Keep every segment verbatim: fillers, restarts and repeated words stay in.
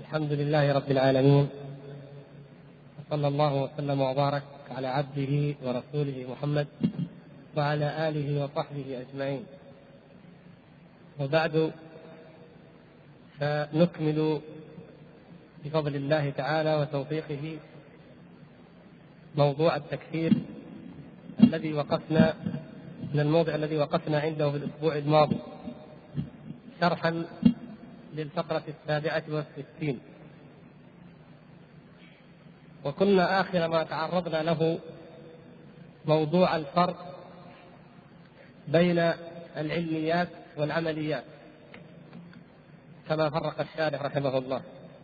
الحمد لله رب العالمين، وصلى الله وسلم وبارك على عبده ورسوله محمد وعلى آله وصحبه أجمعين. وبعد، فنكمل بفضل الله تعالى وتوفيقه موضوع التكفير الذي وقفنا من الموضع الذي وقفنا عنده في الأسبوع الماضي، شرحا للفقرة السابعة والستين. وكنا آخر ما تعرضنا له موضوع الفرق بين العلميات والعمليات كما فرق الشارح رحمه الله.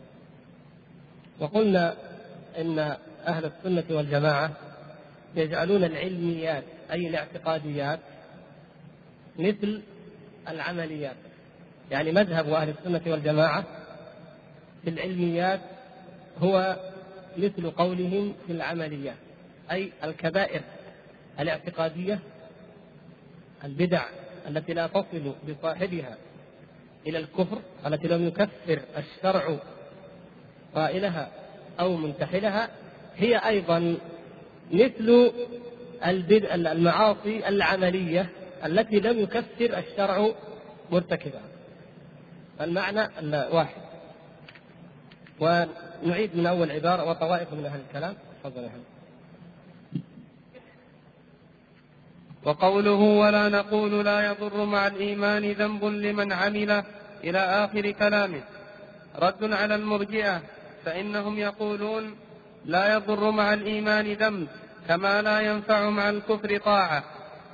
وقلنا إن أهل السنة والجماعة يجعلون العلميات أي الاعتقاديات مثل العمليات، يعني مذهب أهل السنة والجماعة في العلميات هو مثل قولهم في العمليات، أي الكبائر الاعتقادية، البدع التي لا تصل بصاحبها إلى الكفر، التي لم يكفر الشرع قائلها أو منتحلها، هي أيضا مثل البدع المعاصي العملية التي لم يكفر الشرع مرتكبها. المعنى واحد. ونعيد من أول عبارة: وطوائف من أهل الكلام. تفضل يا حبيبي. وقوله ولا نقول لا يضر مع الإيمان ذنب لمن عمل إلى آخر كلامه رد على المرجئة، فإنهم يقولون لا يضر مع الإيمان ذنب كما لا ينفع مع الكفر طاعة،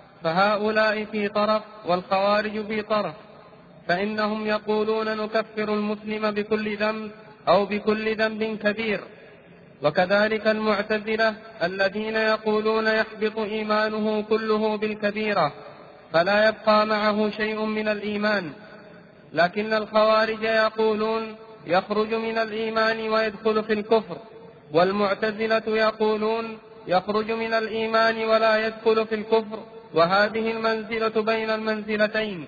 فهؤلاء في طرف والخوارج في طرف، فإنهم يقولون نكفر المسلم بكل ذنب أو بكل ذنب كبير. وكذلك المعتزلة الذين يقولون يحبط إيمانه كله بالكبيرة فلا يبقى معه شيء من الإيمان. لكن الخوارج يقولون يخرج من الإيمان ويدخل في الكفر، والمعتزلة يقولون يخرج من الإيمان ولا يدخل في الكفر، وهذه المنزلة بين المنزلتين.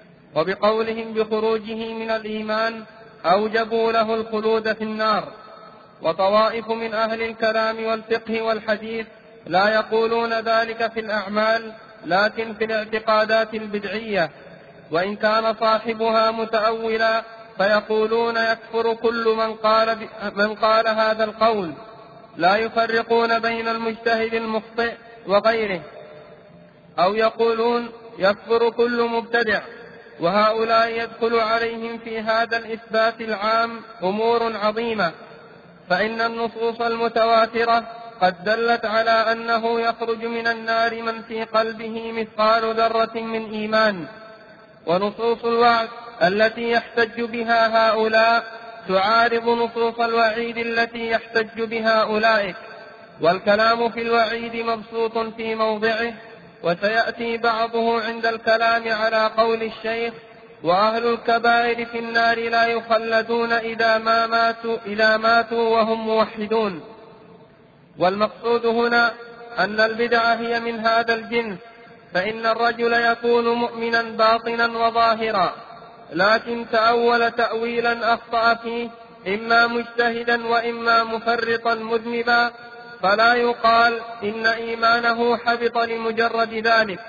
وبقولهم بخروجه من الإيمان أوجبوا له الخلود في النار. وطوائف من أهل الكلام والفقه والحديث لا يقولون ذلك في الأعمال، لكن في الاعتقادات البدعية، وإن كان صاحبها متأولا فيقولون يكفر كل من قال, من قال هذا القول، لا يفرقون بين المجتهد المخطئ وغيره، أو يقولون يكفر كل مبتدع. وهؤلاء يدخل عليهم في هذا الإثبات العام أمور عظيمة، فإن النصوص المتواترة قد دلت على أنه يخرج من النار من في قلبه مثقال ذرة من إيمان. ونصوص الوعد التي يحتج بها هؤلاء تعارض نصوص الوعيد التي يحتج بها أولئك، والكلام في الوعيد مبسوط في موضعه، وسيأتي بعضه عند الكلام على قول الشيخ: وأهل الكبائر في النار لا يخلدون إذا ما ماتوا, إذا ماتوا وهم موحدون. والمقصود هنا أن البدعة هي من هذا الجنس، فإن الرجل يكون مؤمنا باطنا وظاهرا، لكن تأول تأويلا أخطأ فيه، إما مجتهدا وإما مفرطا مذنبا، فلا يقال إن إيمانه حبط لمجرد ذلك،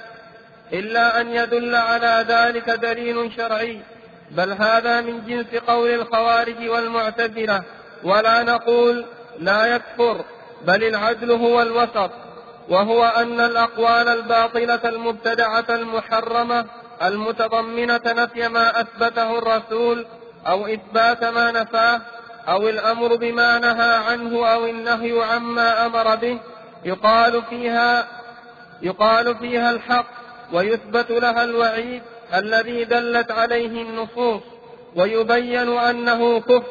إلا أن يدل على ذلك دليل شرعي. بل هذا من جنس قول الخوارج والمعتزلة. ولا نقول لا يكفر، بل العدل هو الوسط، وهو أن الأقوال الباطلة المبتدعة المحرمة المتضمنة نفي ما أثبته الرسول أو إثبات ما نفاه، أو الأمر بما نهى عنه أو النهي عما أمر به، يقال فيها, يقال فيها الحق، ويثبت لها الوعيد الذي دلت عليه النصوص، ويبين أنه كفر،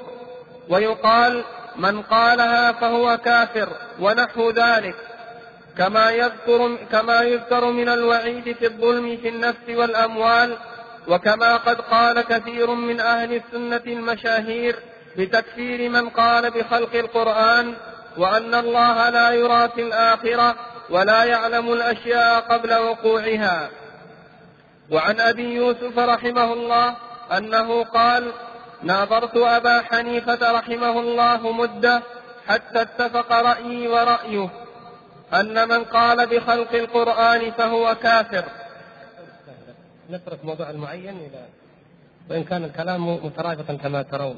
ويقال من قالها فهو كافر ونحو ذلك، كما يذكر, كما يذكر من الوعيد في الظلم في النفس والأموال. وكما قد قال كثير من أهل السنة المشاهير بتكفير من قال بخلق القرآن، وأن الله لا يرى في الآخرة ولا يعلم الأشياء قبل وقوعها. وعن أبي يوسف رحمه الله أنه قال: ناظرت أبا حنيفة رحمه الله مدة حتى اتفق رأيي ورأيه أن من قال بخلق القرآن فهو كافر. نترك موضوع المعين إلى وإن كان الكلام مترابطا كما ترون.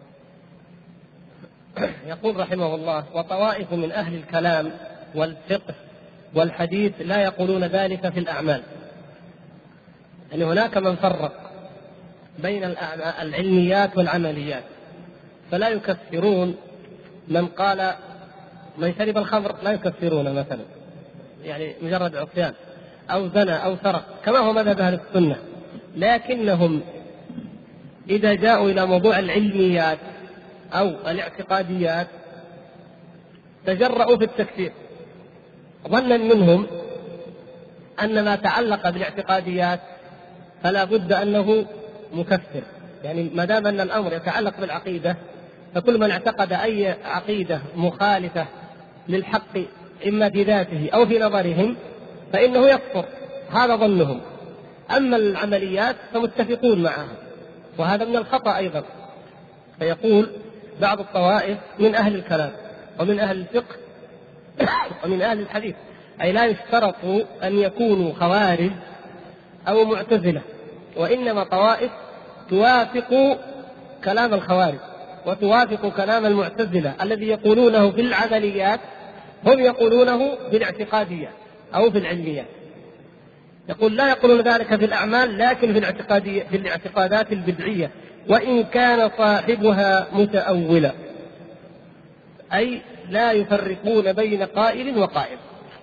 يقول رحمه الله: وطوائف من أهل الكلام والفقه والحديث لا يقولون ذلك في الأعمال. يعني هناك من فرق بين العلميات والعمليات، فلا يكفرون من قال من شرب الخمر، لا يكفرون مثلا يعني مجرد عصيان، أو زنى أو سرق كما هو مذهب أهل السنة، لكنهم إذا جاءوا إلى موضوع العلميات أو الاعتقاديات تجرؤوا في التكفير، ظنا منهم أن ما تعلق بالاعتقاديات فلا بد أنه مكفر. يعني ما دام أن الأمر يتعلق بالعقيدة فكل من اعتقد أي عقيدة مخالفة للحق إما في ذاته أو في نظرهم فإنه يكفر، هذا ظنهم. أما العمليات فمتفقون معها، وهذا من الخطأ أيضا. فيقول بعض الطوائف من أهل الكلام ومن أهل الفقه ومن أهل الحديث، أي لا يشترط أن يكونوا خوارج أو معتزلة، وإنما طوائف توافق كلام الخوارج وتوافق كلام المعتزلة الذي يقولونه في العمليات هم يقولونه في الاعتقاديات أو في العلميات. يقول لا يقولون ذلك في الأعمال لكن في الاعتقادية في الاعتقادات البدعية، وإن كان صاحبها متأولا، أي لا يفرقون بين قائل وقائل.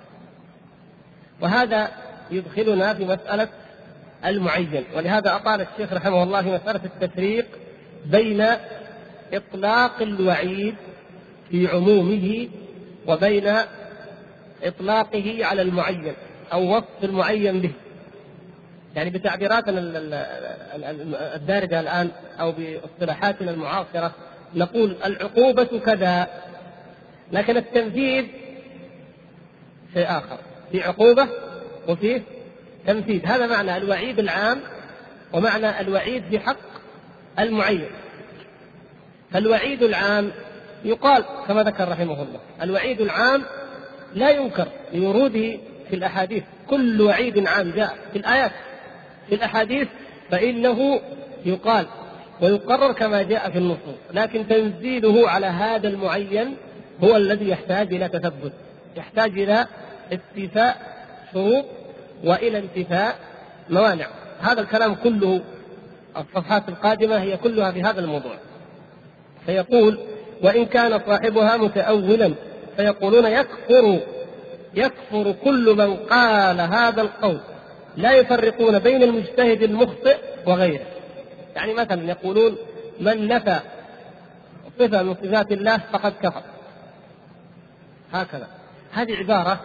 وهذا يدخلنا في مسألة المعين، ولهذا أطال الشيخ رحمه الله في مسألة التفريق بين إطلاق الوعيد في عمومه وبين إطلاقه على المعين أو وصف المعين به. يعني بتعبيراتنا الدارجة الآن أو باصطلاحاتنا المعاصرة نقول العقوبة كذا، لكن التنفيذ شيء آخر، في عقوبة وفيه تنفيذ. هذا معنى الوعيد العام ومعنى الوعيد في حق المعين. فالوعيد العام يقال كما ذكر رحمه الله، الوعيد العام لا ينكر لوروده في الأحاديث، كل وعيد عام جاء في الآيات في الأحاديث فإنه يقال ويقرر كما جاء في النصوص، لكن تنزيله على هذا المعين هو الذي يحتاج إلى تثبت، يحتاج إلى استيفاء شروط وإلى انتفاء موانع. هذا الكلام كله الصفحات القادمة هي كلها في هذا الموضوع. فيقول وإن كان صاحبها متأولا فيقولون يكفر يكفر كل من قال هذا القول، لا يفرقون بين المجتهد المخطئ وغيره. يعني مثلا يقولون من نفى صفة من صفات الله فقد كفر، هكذا. هذه عبارة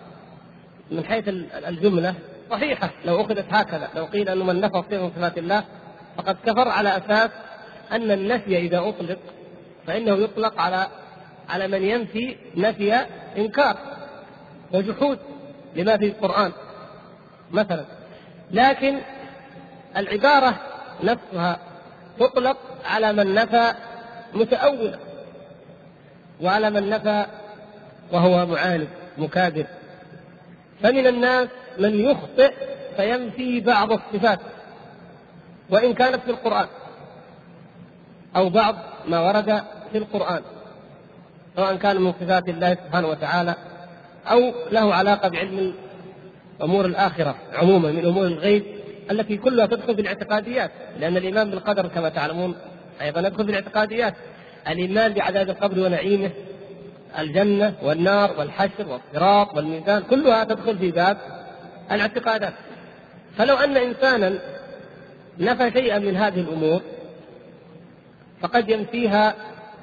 من حيث الجملة صحيحة لو أخذت هكذا، لو قيل أنه من نفى صفة من صفات الله فقد كفر، على أساس أن النفي إذا أطلق فإنه يطلق على على من ينفي نفي إنكار وجحود لما في القرآن مثلا. لكن العبارة نفسها تطلق على من نفى متأولا وعلى من نفى وهو معاند مكابر. فمن الناس من يخطئ فينفي بعض الصفات وإن كانت في القرآن أو بعض ما ورد في القرآن، سواء كان من صفات الله سبحانه وتعالى أو له علاقة بعلم أمور الآخرة عموما من أمور الغيب التي كلها تدخل في الاعتقاديات، لأن الإيمان بالقدر كما تعلمون أيضا يدخل في الاعتقاديات. الإيمان بعذاب القبر ونعيمه، الجنة والنار والحشر والصراط والميزان، كلها تدخل في باب الاعتقادات. فلو أن إنسانا نفى شيئا من هذه الأمور فقد ينفيها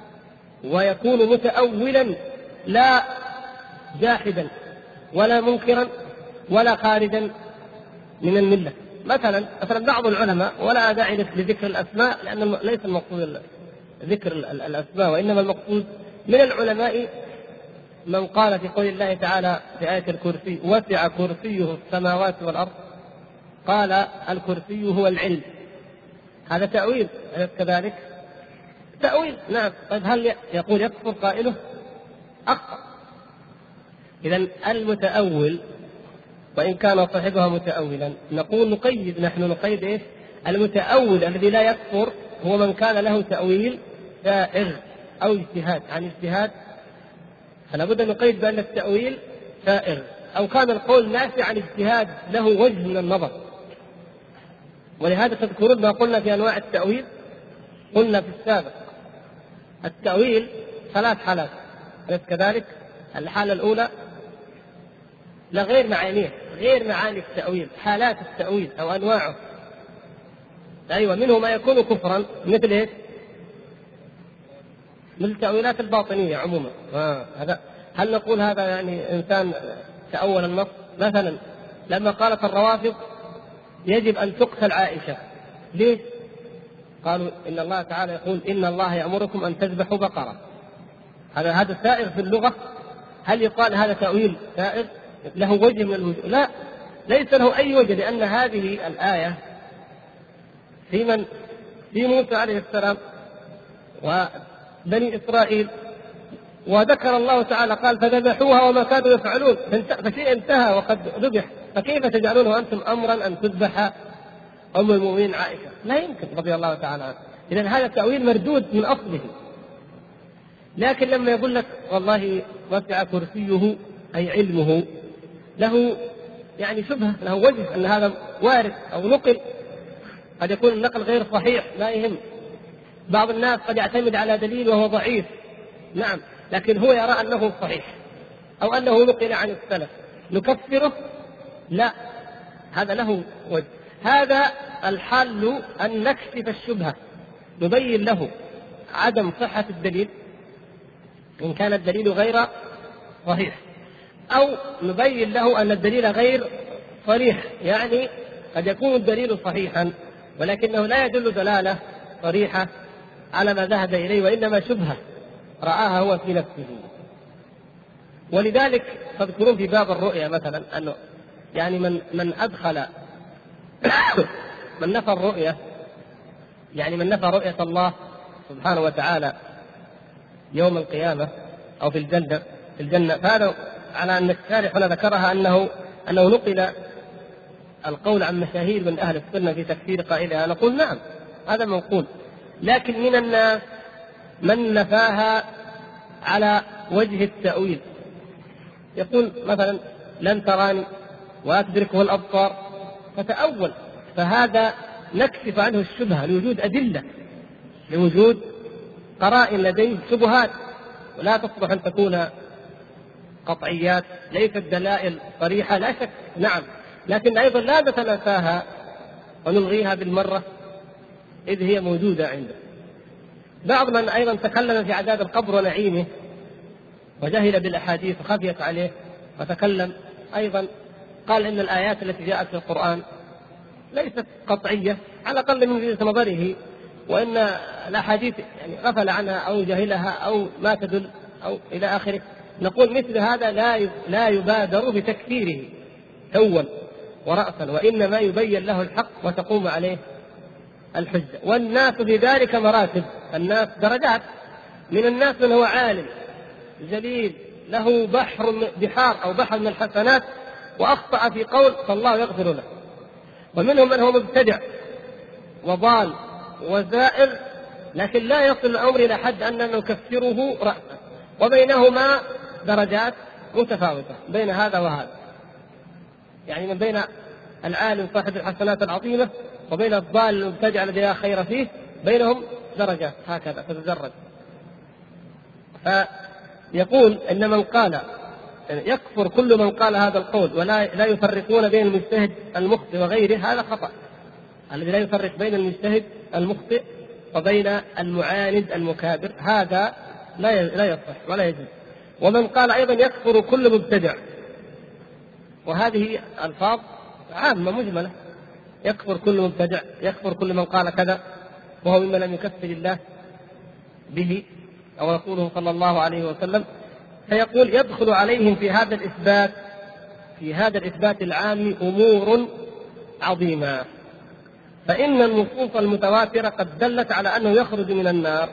ويكون متأولا لا جاحدا ولا منكرا ولا خارجا من الملة. مثلا مثلا بعض العلماء، ولا داعي لذكر الأسماء لأن ليس المقصود ذكر الأسماء، وإنما المقصود من العلماء من قال في قول الله تعالى في آية الكرسي وسع كرسيه السماوات والأرض، قال الكرسي هو العلم. هذا تأويل كذلك، التأويل. نعم. طيب هل يقول يكفر قائله؟ أخطأ. إذن المتأول وإن كان صاحبها متأولا نقول نقيد، نحن نقيد إيش؟ المتأول الذي لا يكفر هو من كان له تأويل سائغ أو اجتهاد عن اجتهاد، فلا بد أن نقيد بأن التأويل سائغ، أو كان القول نافع عن اجتهاد له وجه من النظر. ولهذا تذكرون ما قلنا في أنواع التأويل، قلنا في السابق التأويل ثلاث حالات، أليس كذلك؟ الحالة الأولى لا غير معانيه، غير معاني التأويل، حالات التأويل أو أنواعه. أيوة، منه ما يكون كفرا مثل إيه؟ من التأويلات الباطنية عموما. آه. هذا هل نقول هذا يعني إنسان تأول النص؟ مثلا لما قالت الروافض يجب أن تقتل عائشة، ليش؟ قالوا إن الله تعالى يقول إن الله يأمركم أن تذبحوا بقرة. هذا هذا سائغ في اللغة. هل يقال هذا تأويل سائغ له وجه من الوجوه؟ لا، ليس له أي وجه، لأن هذه الآية في من في موسى عليه السلام وبني إسرائيل، وذكر الله تعالى قال فذبحوها وما كانوا يفعلون، فشيء انتهى وقد ذبح، فكيف تجعلونه أنتم أمرا أن تذبح أم المؤمنين عائشة؟ لا يمكن رضي الله تعالى عنها. إذن هذا التأويل مردود من أصله. لكن لما يقول لك والله وسع كرسيه أي علمه، له يعني شبهة، له وجه أن هذا وارد أو نقل، قد يكون النقل غير صحيح، لا يهم. بعض الناس قد يعتمد على دليل وهو ضعيف، نعم، لكن هو يرى أنه صحيح أو أنه نقل عن السلف، نكفره؟ لا، هذا له وجه. هذا الحل أن نكشف الشبهة، نبين له عدم صحة الدليل إن كان الدليل غير صحيح، أو نبين له أن الدليل غير صريح، يعني قد يكون الدليل صحيحا ولكنه لا يدل دلالة صريحة على ما ذهب إليه، وإنما شبهة رآها هو في نفسه. ولذلك تذكرون في باب الرؤيا مثلا أنه يعني من من أدخل من نفى الرؤيا، يعني من نفى رؤية الله سبحانه وتعالى يوم القيامة أو في الجنة في الجنة فهذا على أن الشارح هنا ذكرها أنه أنه نقل القول عن مشاهير من أهل السنة في تكفير قائلها. نقول نعم، هذا منقول، لكن من الناس من نفاها على وجه التأويل، يقول مثلا لن تراني وأتدركه الأبصار، فتأول، فهذا نكشف عنه الشبهة لوجود أدلة، لوجود قرائن لديه شبهات، ولا تصلح أن تكون قطعيات، ليست دلائل صريحة لا شك، نعم، لكن أيضا لا نتناساها ونلغيها بالمرة إذ هي موجودة عنده. بعض من أيضا تكلم في عذاب القبر ونعيمه وجهل بالأحاديث وخفيت عليه وتكلم أيضا قال إن الآيات التي جاءت في القرآن ليست قطعية على الأقل من وجهة نظره، وإن الأحاديث يعني غفل عنها أو جهلها أو ما تدل أو إلى آخره. نقول مثل هذا لا لا يبادر بتكفيره أول ورأسا، وإنما يبين له الحق وتقوم عليه الحجة. والناس في ذلك مراتب، الناس درجات، من الناس من هو عالم جليل له بحر بحار أو بحر من الحسنات وأخطأ في قول فالله يغفر له، ومنهم من هو مبتدع وضال وزائر لكن لا يصل الأمر إلى حد أننا نكفره رأسا، وبينهما درجات متفاوتة بين هذا وهذا، يعني من بين العالم صاحب الحسنات العظيمة وبين الضال المبتدع الذي لا خير فيه، بينهم درجات هكذا تتدرج. فيقول إن من قال يكفر كل من قال هذا القول ولا لا يفرقون بين المجتهد المخطئ وغيره، هذا خطأ. الذي لا يفرق بين المجتهد المخطئ وبين المعاند المكابر هذا لا لا يصح ولا يجوز. ومن قال أيضا يكفر كل مبتدع، وهذه ألفاظ عامة مجملة، يكفر كل مبتدع، يكفر كل من قال كذا وهو مما لم يكفر الله به أو يقوله صلى الله عليه وسلم. فيقول يدخل عليهم في هذا الإثبات في هذا الإثبات العام أمور عظيمة، فإن النصوص المتواترة قد دلت على أنه يخرج من النار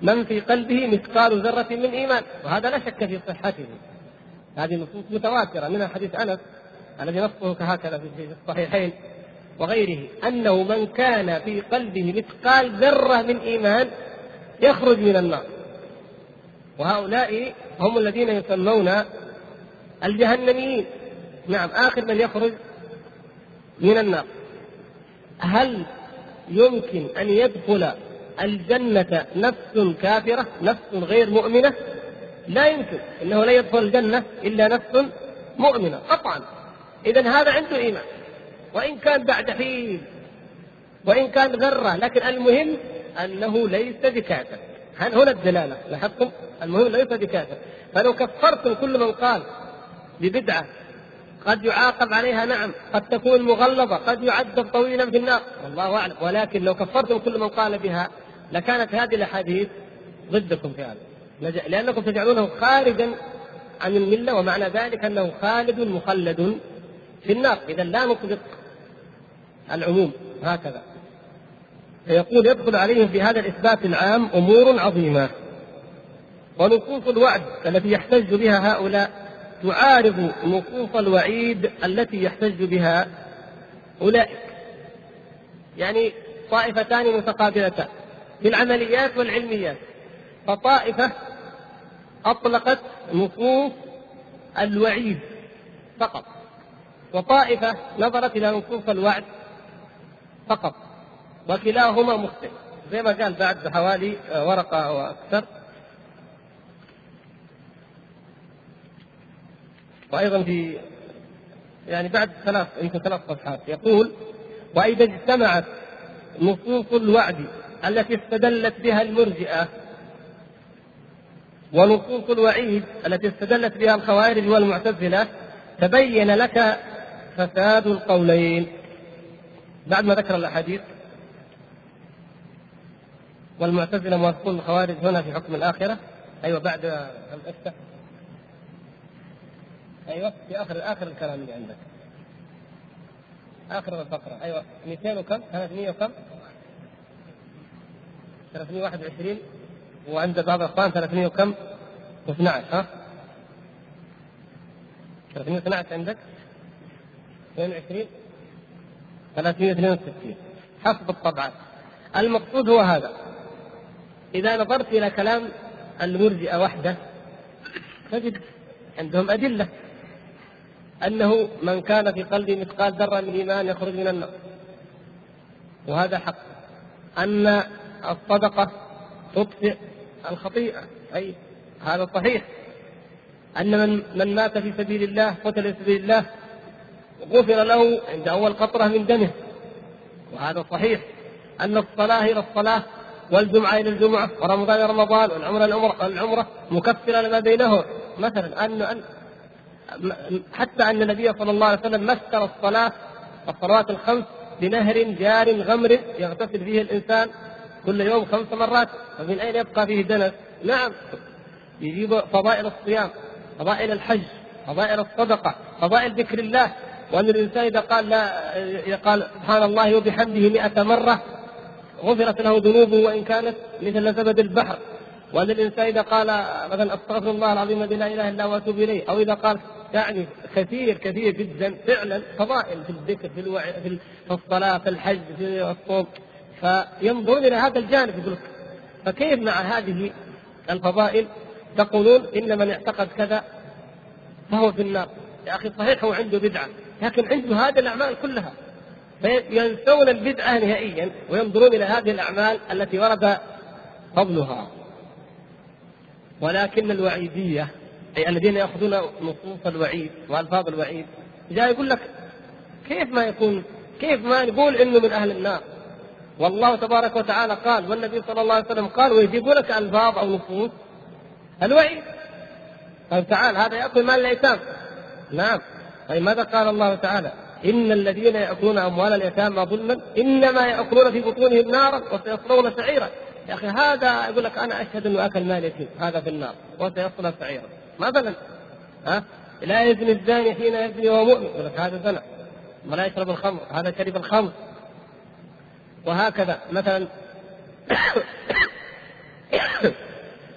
من في قلبه مثقال ذرة من إيمان، وهذا لا شك في صحته. هذه نصوص متواترة من حديث أنس الذي نصه كهكذا في الصحيحين وغيره، أنه من كان في قلبه مثقال ذرة من إيمان يخرج من النار. وهؤلاء هم الذين يسمون الجهنميين. نعم، آخر من يخرج من النار. هل يمكن أن يدخل الجنة نفس كافرة، نفس غير مؤمنة؟ لا يمكن، إنه لا يدخل الجنة إلا نفس مؤمنة قطعا. إذن هذا عنده إيمان، وإن كان بعد حين، وإن كان ذرة، لكن المهم أنه ليس بكافر. هنا الدلالة، لاحظتم؟ المهم ليس بكافر. فلو كفرتم كل من قال ببدعة قد يعاقب عليها، نعم، قد تكون مغلظة، قد يعذب طويلا في النار، والله أعلم، ولكن لو كفرتم كل من قال بها لكانت هذه الأحاديث ضدكم في هذا، لأنكم تجعلونه خارجا عن الملة، ومعنى ذلك أنه خالد مخلد في النار. إذا لا نطلق العموم هكذا. فيقول يدخل عليهم في هذا الإثبات العام أمور عظيمة. ونصوص الوعد التي يحتج بها هؤلاء تعارض نصوص الوعيد التي يحتج بها أولئك، يعني طائفتان متقابلتان في العمليات والعلميات. فطائفة أطلقت نصوص الوعيد فقط، وطائفة نظرت إلى نصوص الوعد فقط، وكلاهما مخطئ، زي ما قال بعد حوالي ورقة أو أكثر. وأيضا في يعني بعد ثلاث يمكن ثلاث صفحات يقول: وإذا اجتمعت نصوص الوعد التي استدلت بها المرجئة ونصوص الوعيد التي استدلت بها الخوارج والمعتزلة تبين لك فساد القولين. بعد ما ذكر الأحاديث والمعتزلة موافقون الخوارج هنا في حكم الآخرة. أيوة بعد الأفتح، أيوة في آخر آخر الكلام اللي عندك، آخر الفقرة. أيوة مئتين وكم؟ ثلاثمائة وكم؟ ثلاثمائة وواحد وعشرين، وعند بعض الأخوان ثلاثمائة وكم؟ واثنى عشر. ها؟ ثلاثمائة واثنى عشر عندك؟ اثنين وعشرين، ثلاثمائة واثنين وستين حسب الطبعات. المقصود هو هذا. إذا نظرت إلى كلام المرجئة وحده تجد عندهم أدلة أنه من كان في قلبه مثقال ذرة من إيمان يخرج من النار، وهذا حق. أن الصدقة تطفئ الخطيئة، أي هذا صحيح. أن من, من مات في سبيل الله قتل في سبيل الله غفر له عند أول قطرة من دمه، وهذا صحيح. أن الصلاة إلى الصلاة والجمعة إلى الجمعة ورمضان إلى رمضان والعمرة العمرة العمرة مكفرة لما بينه. مثلا أن, أن حتى أن النبي صلى الله عليه وسلم مثل الصلاة الصلوات الخمس بنهر جار غمر يغتسل فيه الإنسان كل يوم خمس مرات، فمن أين يبقى فيه دنس؟ نعم، يجيب فضائل الصيام، فضائل الحج، فضائل الصدقة، فضائل ذكر الله. وأن الإنسان إذا قال لا يقال سبحان الله وبحمده مئة مرة غفرت له ذنوبه وإن كانت مثل زبد البحر. وأن الإنسان إذا قال مثلا أستغفر الله العظيم الذي لا إله إلا هو وأتوب إليه، أو إذا قال يعني كثير كثير جدا فعلا فضائل في الذكر، في الوعي، في الصلاة، في الحج، في الصوم. فينظرون إلى هذا الجانب يقول فكيف مع هذه الفضائل تقولون إن من اعتقد كذا فهو في النار؟ يا أخي صحيح هو عنده بدعة، لكن عنده هذه الأعمال كلها، فينسون البدعة نهائيا وينظرون إلى هذه الأعمال التي ورد فضلها. ولكن الوعيدية أي الذين يأخذون نصوص الوعيد وألفاظ الوعيد جاء يقول لك كيف ما يكون، كيف ما نقول إنه من أهل النار والله تبارك وتعالى قال والنبي صلى الله عليه وسلم قال، ويجيبوا لك ألفاظ أو نصوص الوعيد. طيب تعال هذا يأكل مال الأيتام. نعم، طيب ماذا قال الله تعالى؟ إن الذين يأكلون أموال اليتامى ظلما إنما يأكلون في بطونهم نارا وسيصلون سعيرا. يا أخي هذا يقول لك أنا أشهد أنه أكل مال يتيم، هذا في النار وسيصل سعيرا مثلا. ها؟ لا يزني الزاني حين يزني وهو مؤمن، يقول لك هذا زنا. ولا يشرب الخمر، هذا شرب الخمر. وهكذا مثلا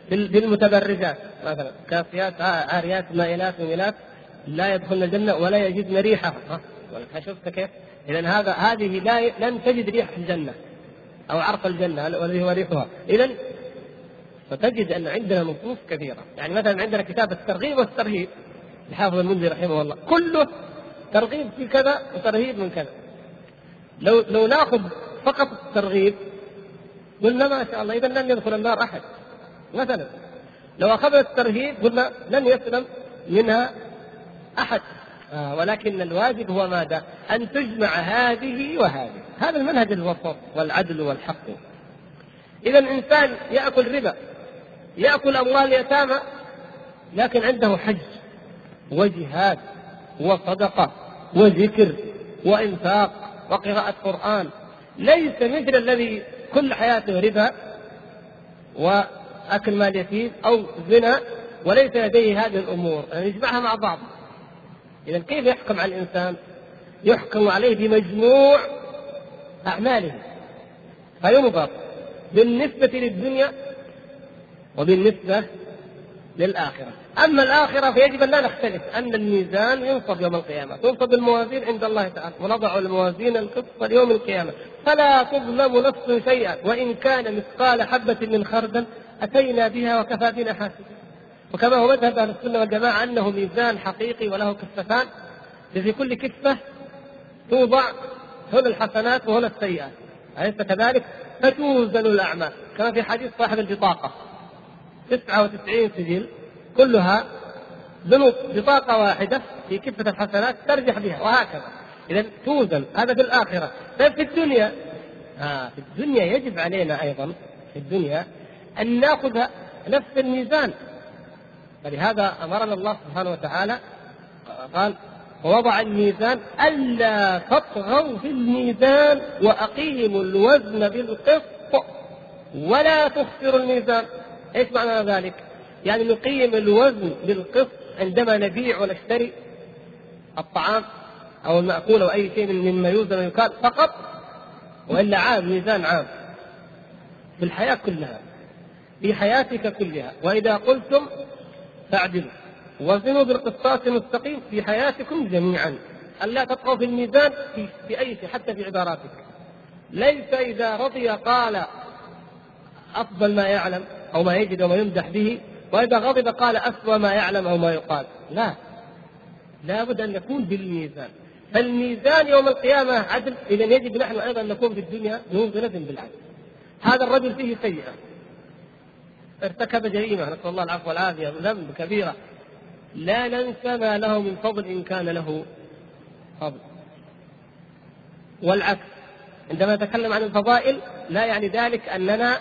في المتبرجات مثلا، كافيات عاريات مائلات مميلات لا يدخلن الجنة ولا يجدن ريحها. شفت كيف؟ إذا هذا هذه لا لن تجد ريح الجنة أو عرق الجنة الذي هو ريحها. إذا فتجد أن عندنا نصوص كثيرة. يعني مثلا عندنا كتاب الترغيب والترهيب لحافظ المنذري رحمه الله، كله ترغيب في كذا وترهيب من كذا. لو لو ناخذ فقط الترغيب قلنا ما شاء الله إذا لن يدخل النار أحد مثلا. لو أخذنا الترهيب قلنا لن يسلم منها أحد. آه ولكن الواجب هو ماذا؟ أن تجمع هذه وهذه. هذا المنهج الوسط والعدل والحق. إذا الإنسان يأكل ربا، يأكل أموال اليتامى، لكن عنده حج وجهاد وصدقة وذكر وإنفاق وقراءة قرآن، ليس مثل الذي كل حياته ربا وأكل مال يتيم أو زنا وليس لديه هذه الأمور، يعني يجمعها مع بعض. إذا كيف يحكم على الإنسان؟ يحكم عليه بمجموع أعماله فينظر بالنسبة للدنيا وبالنسبة للآخرة. أما الآخرة فيجب أن لا نختلف أن الميزان ينصب يوم القيامة، تنصب الموازين عند الله تعالى، ونضع الموازين القسط ليوم القيامة فلا تظلم نفس شيئا وإن كان مثقال حبة من خردل أتينا بها وكفى بنا حاسبين. وكما هو مذهب أهل السنة والجماعة أنه ميزان حقيقي وله كفتان، في كل كفة توضع هنا الحسنات وهنا السيئات، أليس كذلك؟ فتوزن الأعمال كما في حديث صاحب البطاقة، تسعة وتسعين سجل كلها ذنوب، بطاقة واحدة في كفة الحسنات ترجح بها، وهكذا. إذا توزن. هذا في الآخرة. طيب في الدنيا، آه في الدنيا يجب علينا أيضا في الدنيا أن نأخذ نفس الميزان. فلهذا أمرنا الله سبحانه وتعالى قال ووضع الميزان ألا تطغوا في الميزان وأقيموا الوزن بالقسط ولا تخسروا الميزان. إيش معنى ذلك؟ يعني نقيم الوزن بالقسط عندما نبيع ونشتري الطعام أو المأكول أو أي شيء مما يوزن ويقال فقط، وإلا عام ميزان عام في الحياة كلها، في حياتك كلها. وإذا قلتم فاعدلوا وزنوا بالقسطاس المستقيم في حياتكم جميعا. ألا تطغوا في الميزان في, في أي شيء، حتى في عباراتك. ليس إذا رضي قال أفضل ما يعلم أو ما يجد وما يمدح به، وإذا غضب قال أسوأ ما يعلم أو ما يقال. لا، لا بد أن يكون بالميزان. فالميزان يوم القيامة عدل. إذا يجب نحن أيضا أن نكون في الدنيا موزنة بالعدل. هذا الرجل فيه سيئة، ارتكب جريمة، نسأل الله العفو والعافية، ذنب كبيرة، لا ننسى ما له من فضل إن كان له فضل. والعكس، عندما نتكلم عن الفضائل لا يعني ذلك أننا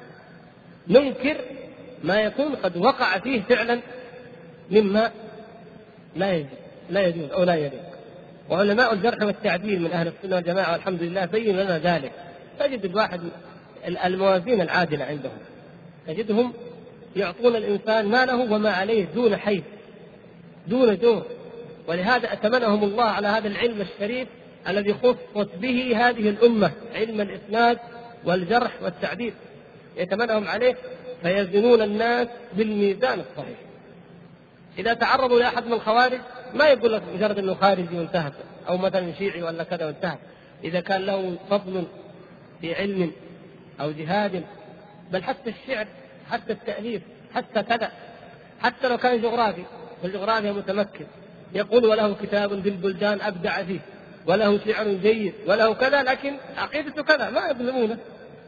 ننكر ما يكون قد وقع فيه فعلا مما لا يجوز لا يجوز أو لا يليق. وعلماء الجرح والتعديل من أهل السنة والجماعة والحمد لله بينوا لنا ذلك. تجد الواحد الموازين العادلة عندهم، تجدهم يعطون الإنسان ما له وما عليه دون حيث دون جور. ولهذا أتمنهم الله على هذا العلم الشريف الذي خصت به هذه الأمة، علم الإسناد والجرح والتعديل، يتمنهم عليه فيزنون الناس بالميزان الصحيح. إذا تعرضوا لأحد من الخوارج ما يقول لك مجرد أنه خارجي وانتهت، أو مثلا شيعي ولا كذا وانتهت. إذا كان له فضل في علم أو جهاد، بل حتى الشعر، حتى التأليف، حتى كذا، حتى لو كان جغرافي والجغرافيا متمكن، يقول وله كتاب بالبلدان أبدع فيه، وله شعر جيد، وله كذا، لكن عقيدته كذا، ما يظلمونه.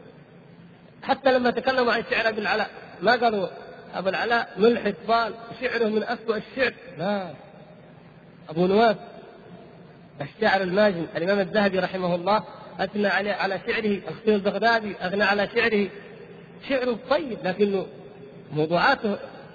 حتى لما تكلموا عن شعر أبي العلاء ما قالوا أبو العلاء ملحد ضال شعره من أسوأ الشعر، لا. أبو نواس الشاعر الماجن الإمام الذهبي رحمه الله أثنى عليه على شعره، الخطيب البغدادي أثنى على شعره، شعره طيب لكنه موضوعاته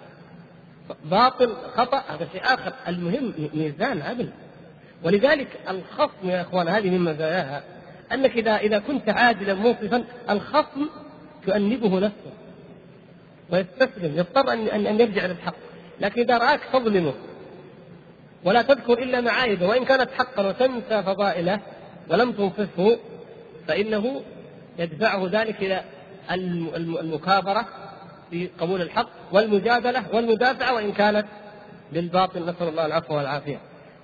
باطل خطأ، هذا شيء آخر. المهم ميزان عدل. ولذلك الخصم يا أخوان هذه من مزاياها أنك إذا إذا كنت عادلا منصفا الخصم تؤنبه نفسه ويستسلم، يضطر أن أن يرجع للحق. لكن إذا رآك تظلمه ولا تذكر إلا معايبه وإن كانت حقا وتنسى فضائله ولم تنصفه، فإنه يدفعه ذلك إلى المكابرة في قبول الحق والمجادلة والمدافعة وإن كانت بالباطل، نسأل الله العفو والعافية.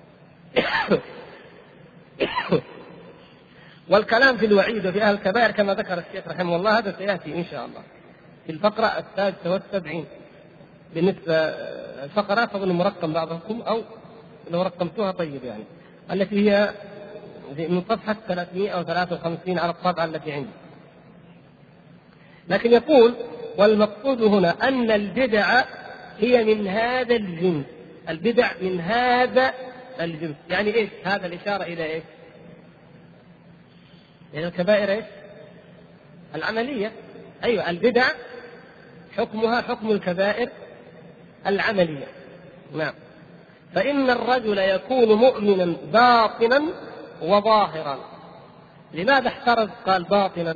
والكلام في الوعيد وفي أهل الكبائر كما ذكر الشيخ رحمه الله هذا سيأتي إن شاء الله في الفقرة السادسة والسبعين. بالنسبة الفقرة فضل مرقم بعضكم أو لو رقمتوها طيب يعني، التي هي من صفحة ثلاثمائة وثلاثة وخمسين على الطابعة التي عندي. لكن يقول والمقصود هنا أن البدع هي من هذا الجنس، البدع من هذا الجنس. يعني إيش هذا؟ الإشارة إلى إيش؟ يعني الكبائر إيش؟ العملية. أيوة، البدع حكمها حكم الكبائر العملية. نعم. فإن الرجل يكون مؤمنا باطنا وظاهرا. لماذا احترز قال باطنا؟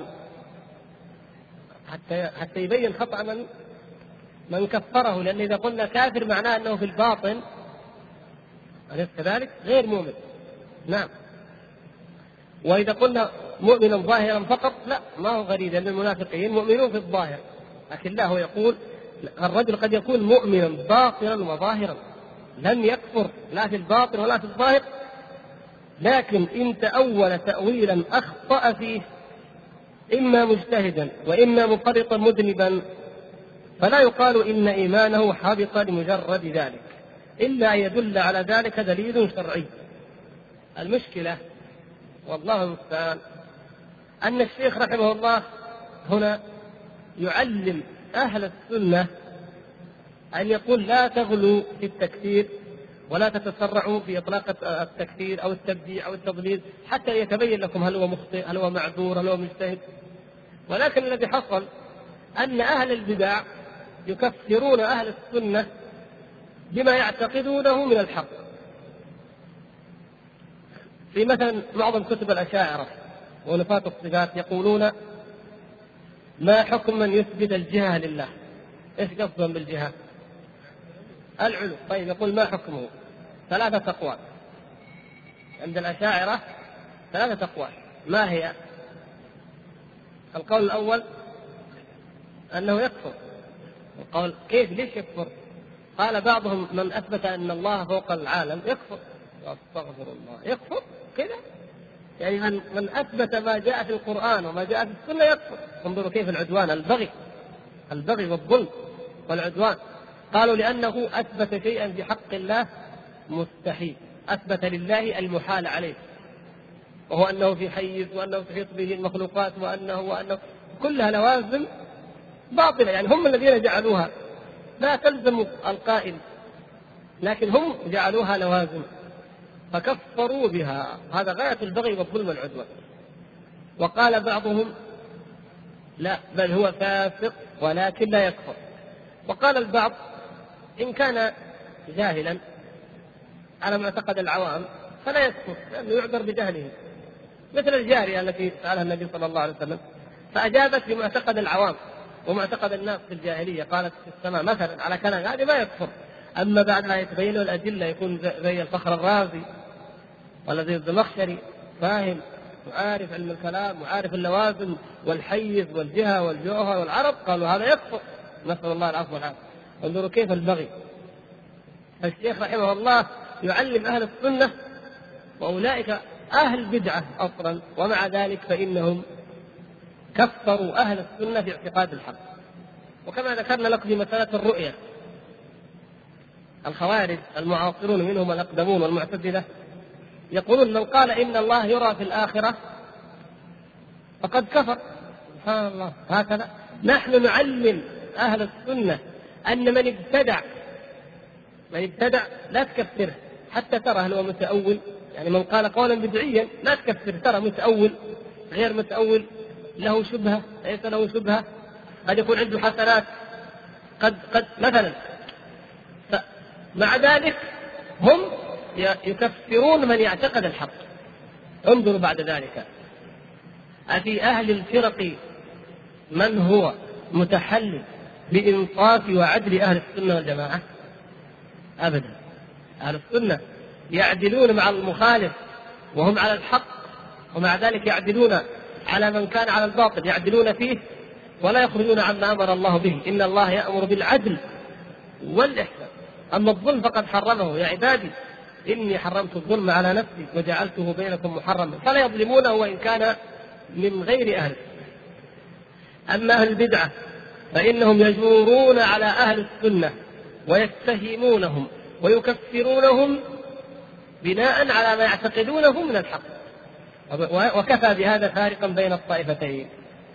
حتى حتى يبين خطأ من من كفره، لأن إذا قلنا كافر معناه أنه في الباطن أليس كذلك؟ غير مؤمن. نعم. وإذا قلنا مؤمنا ظاهرا فقط لا، ما هو غريب، لأن المنافقين مؤمنون في الظاهر، لكن الله يقول الرجل قد يكون مؤمنا باطنا وظاهرا، لم يكفر لا في الباطن ولا في الظاهر، لكن إن تأول تأويلا أخطأ فيه إما مجتهدا وإما مفرطا مذنبا فلا يقال إن إيمانه حبط لمجرد ذلك، إلا أن يدل على ذلك دليل شرعي. المشكلة والله المستعان أن الشيخ رحمه الله هنا يعلم أهل السنة أن يقول لا تغلوا في التكفير ولا تتسرعوا في إطلاق التكفير أو التبديع أو التضليل حتى يتبين لكم هل هو مخطئ هل هو معذور هل هو مجتهد. ولكن الذي حصل أن أهل البدع يكفرون أهل السنة بما يعتقدونه من الحق. في مثلا معظم كتب الأشاعرة ونفاة الصفات يقولون ما حكم من يثبت الجهة لله؟ إيش قصدهم بالجهة؟ العلو. طيب يقول ما حكمه؟ ثلاثة أقوال عند الأشاعرة، ثلاثة أقوال. ما هي؟ القول الأول أنه يكفر. القول كيف ليش يكفر؟ قال بعضهم من أثبت أن الله فوق العالم يكفر. أستغفر الله، يكفر كذا يعني من من أثبت ما جاء في القرآن وما جاء في السنة يكفر. انظروا كيف العدوان، البغي البغي والظلم والعدوان. قالوا لأنه أثبت شيئا في حق الله مستحيل، أثبت لله المحال عليه، وهو أنه في حيز وأنه تحيط به المخلوقات وأنه وأنه كلها لوازم باطلة، يعني هم الذين جعلوها، لا تلزم القائل، لكن هم جعلوها لوازم فكفروا بها. هذا غاية البغي والظلم والعدوان. وقال بعضهم لا، بل هو فاسق ولكن لا يكفر. وقال البعض إن كان جاهلا على معتقد العوام فلا يكفر لأنه يعذر بجهله، مثل الجارية التي سألها النبي صلى الله عليه وسلم فأجابت بمعتقد العوام ومعتقد الناس في الجاهلية، قالت في السماء مثلا على كلام، هذه ما يكفر. أما بعد ما يتبين له الأدلة يكون زي الفخر الرازي ولا زي الزمخشري فاهم وعارف علم الكلام وعارف اللوازم والحيز والجهة والجوهر والعرب، قالوا هذا يكفر، نسأل الله العفو والعافية. انظروا كيف البغي. الشيخ رحمه الله يعلم أهل السنة وأولئك أهل بدعة أصلا، ومع ذلك فإنهم كفروا أهل السنة في اعتقاد الحق. وكما ذكرنا لكم في مسألة الرؤية، الخوارج المعاصرون منهم الأقدمون والمعتزلة يقولون من قال إن الله يرى في الآخرة فقد كفر. سبحان الله. هكذا نحن نعلم أهل السنة أن من ابتدع من ابتدع لا تكفره حتى ترى هل هو متأول، يعني من قال قولا بدعيا لا تكفر، ترى متأول غير متأول، له شبهة ليس له شبهة، قد يكون عنده حسنات قد قد مثلا. مع ذلك هم يكفرون من يعتقد الحق. انظروا بعد ذلك أفي أهل الفرق من هو متحلل بإنصاف وعدل أهل السنة والجماعة؟ أبدا. أهل السنة يعدلون مع المخالف وهم على الحق، ومع ذلك يعدلون على من كان على الباطل، يعدلون فيه ولا يخرجون عما أمر الله به، إن الله يأمر بالعدل والإحسان. أما الظلم فقد حرمه، يا عبادي إني حرمت الظلم على نفسي وجعلته بينكم محرما فلا يظلمونه وإن كان من غير أهله. أما أهل البدعة فإنهم يجورون على أهل السنة ويتهمونهم ويكفرونهم بناء على ما يعتقدونه من الحق، وكفى بهذا فارقا بين الطائفتين.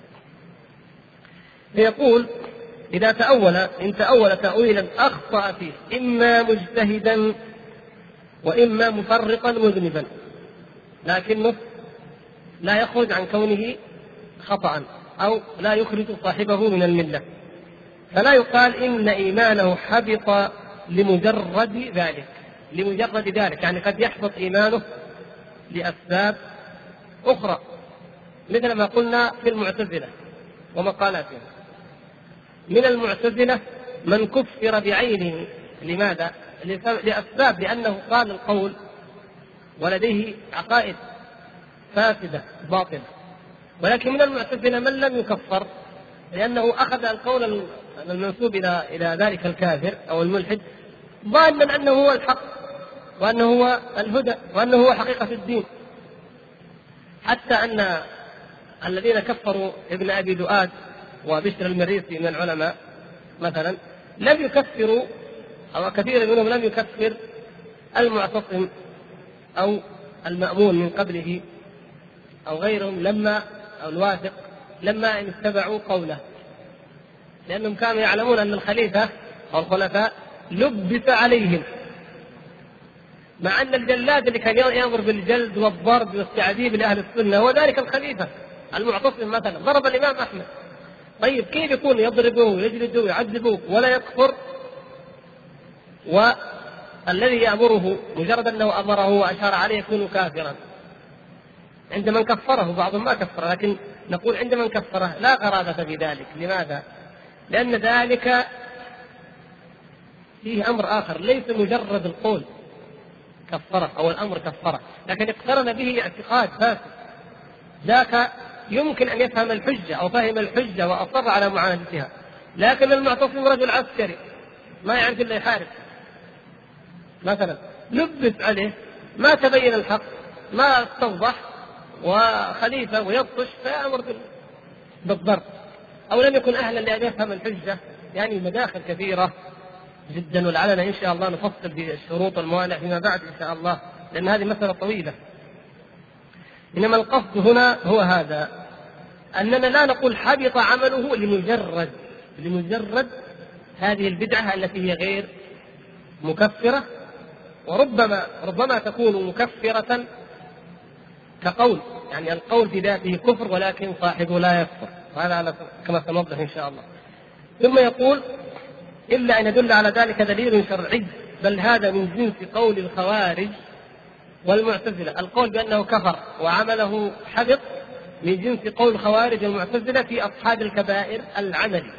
فيقول إذا تأول إن تأول تأويلا أخطأ فيه إما مجتهدا وإما مفرقا مذنبا، لكنه لا يخرج عن كونه خطأ أو لا يخرج صاحبه من الملة، فلا يقال إن إيمانه حبط لمجرد ذلك لمجرد ذلك يعني قد يحبط إيمانه لأسباب أخرى، مثل ما قلنا في المعتزلة ومقالاتهم. من المعتزلة من كفر بعينه، لماذا؟ لأسباب، لأنه قال القول ولديه عقائد فاسدة باطلة. ولكن من المعتزلة من لم يكفر لأنه أخذ القول المنسوب إلى إلى ذلك الكافر أو الملحد ظانا أنه هو الحق وأنه هو الهدى وأنه هو حقيقة الدين، حتى أن الذين كفروا ابن أبي دؤاد وبشر المريسي من العلماء مثلا لم يكفروا، أو كثير منهم لم يكفر المعتصم أو المأمون من قبله أو غيرهم لما أو الواثق لما ان اتبعوا قوله، لأنهم كانوا يعلمون أن الخليفة أو الخلفاء لبس عليهم، مع أن الجلاد اللي كان يأمر بالجلد والضرب والتعذيب لأهل السنة هو ذلك الخليفة المعتصم مثلا ضرب الإمام أحمد. طيب كيف يكون يضربوه ويجلدوه ويعذبوه ولا يكفر، والذي يأمره مجرد أنه أمره وأشار عليه يكون كافرا؟ عندما كفره، بعضهم ما كفر، لكن نقول عندما كفره لا غرابة في ذلك. لماذا؟ لأن ذلك فيه أمر آخر، ليس مجرد القول كفره أو الأمر كفره، لكن اقترن به اعتقاد فاسد. ذاك يمكن أن يفهم الحجة أو فهم الحجة وأصر على معاندتها، لكن المعتصم رجل عسكري ما يعرف إلا يحارب مثلا، لبس عليه ما تبين الحق ما استوضح وخليفة ويبطش فيأمر بالضرب، أو لم يكن أهلا لأن يفهم الحجة. يعني مداخل كثيرة جدا، ولعلنا إن شاء الله نفصل في الشروط والموانع فيما بعد إن شاء الله، لأن هذه مسألة طويلة. إنما القصد هنا هو هذا، أننا لا نقول حبط عمله لمجرد لمجرد هذه البدعة التي هي غير مكفرة، وربما ربما تكون مكفرة كقول، يعني القول في ذاته كفر ولكن صاحبه لا يكفر، وهذا كما سنوضح إن شاء الله. ثم يقول إلا أن يدل على ذلك دليل شرعي، بل هذا من جنس قول الخوارج والمعتزلة. القول بأنه كفر وعمله حبط من جنس قول الخوارج والمعتزلة في أصحاب الكبائر العملي.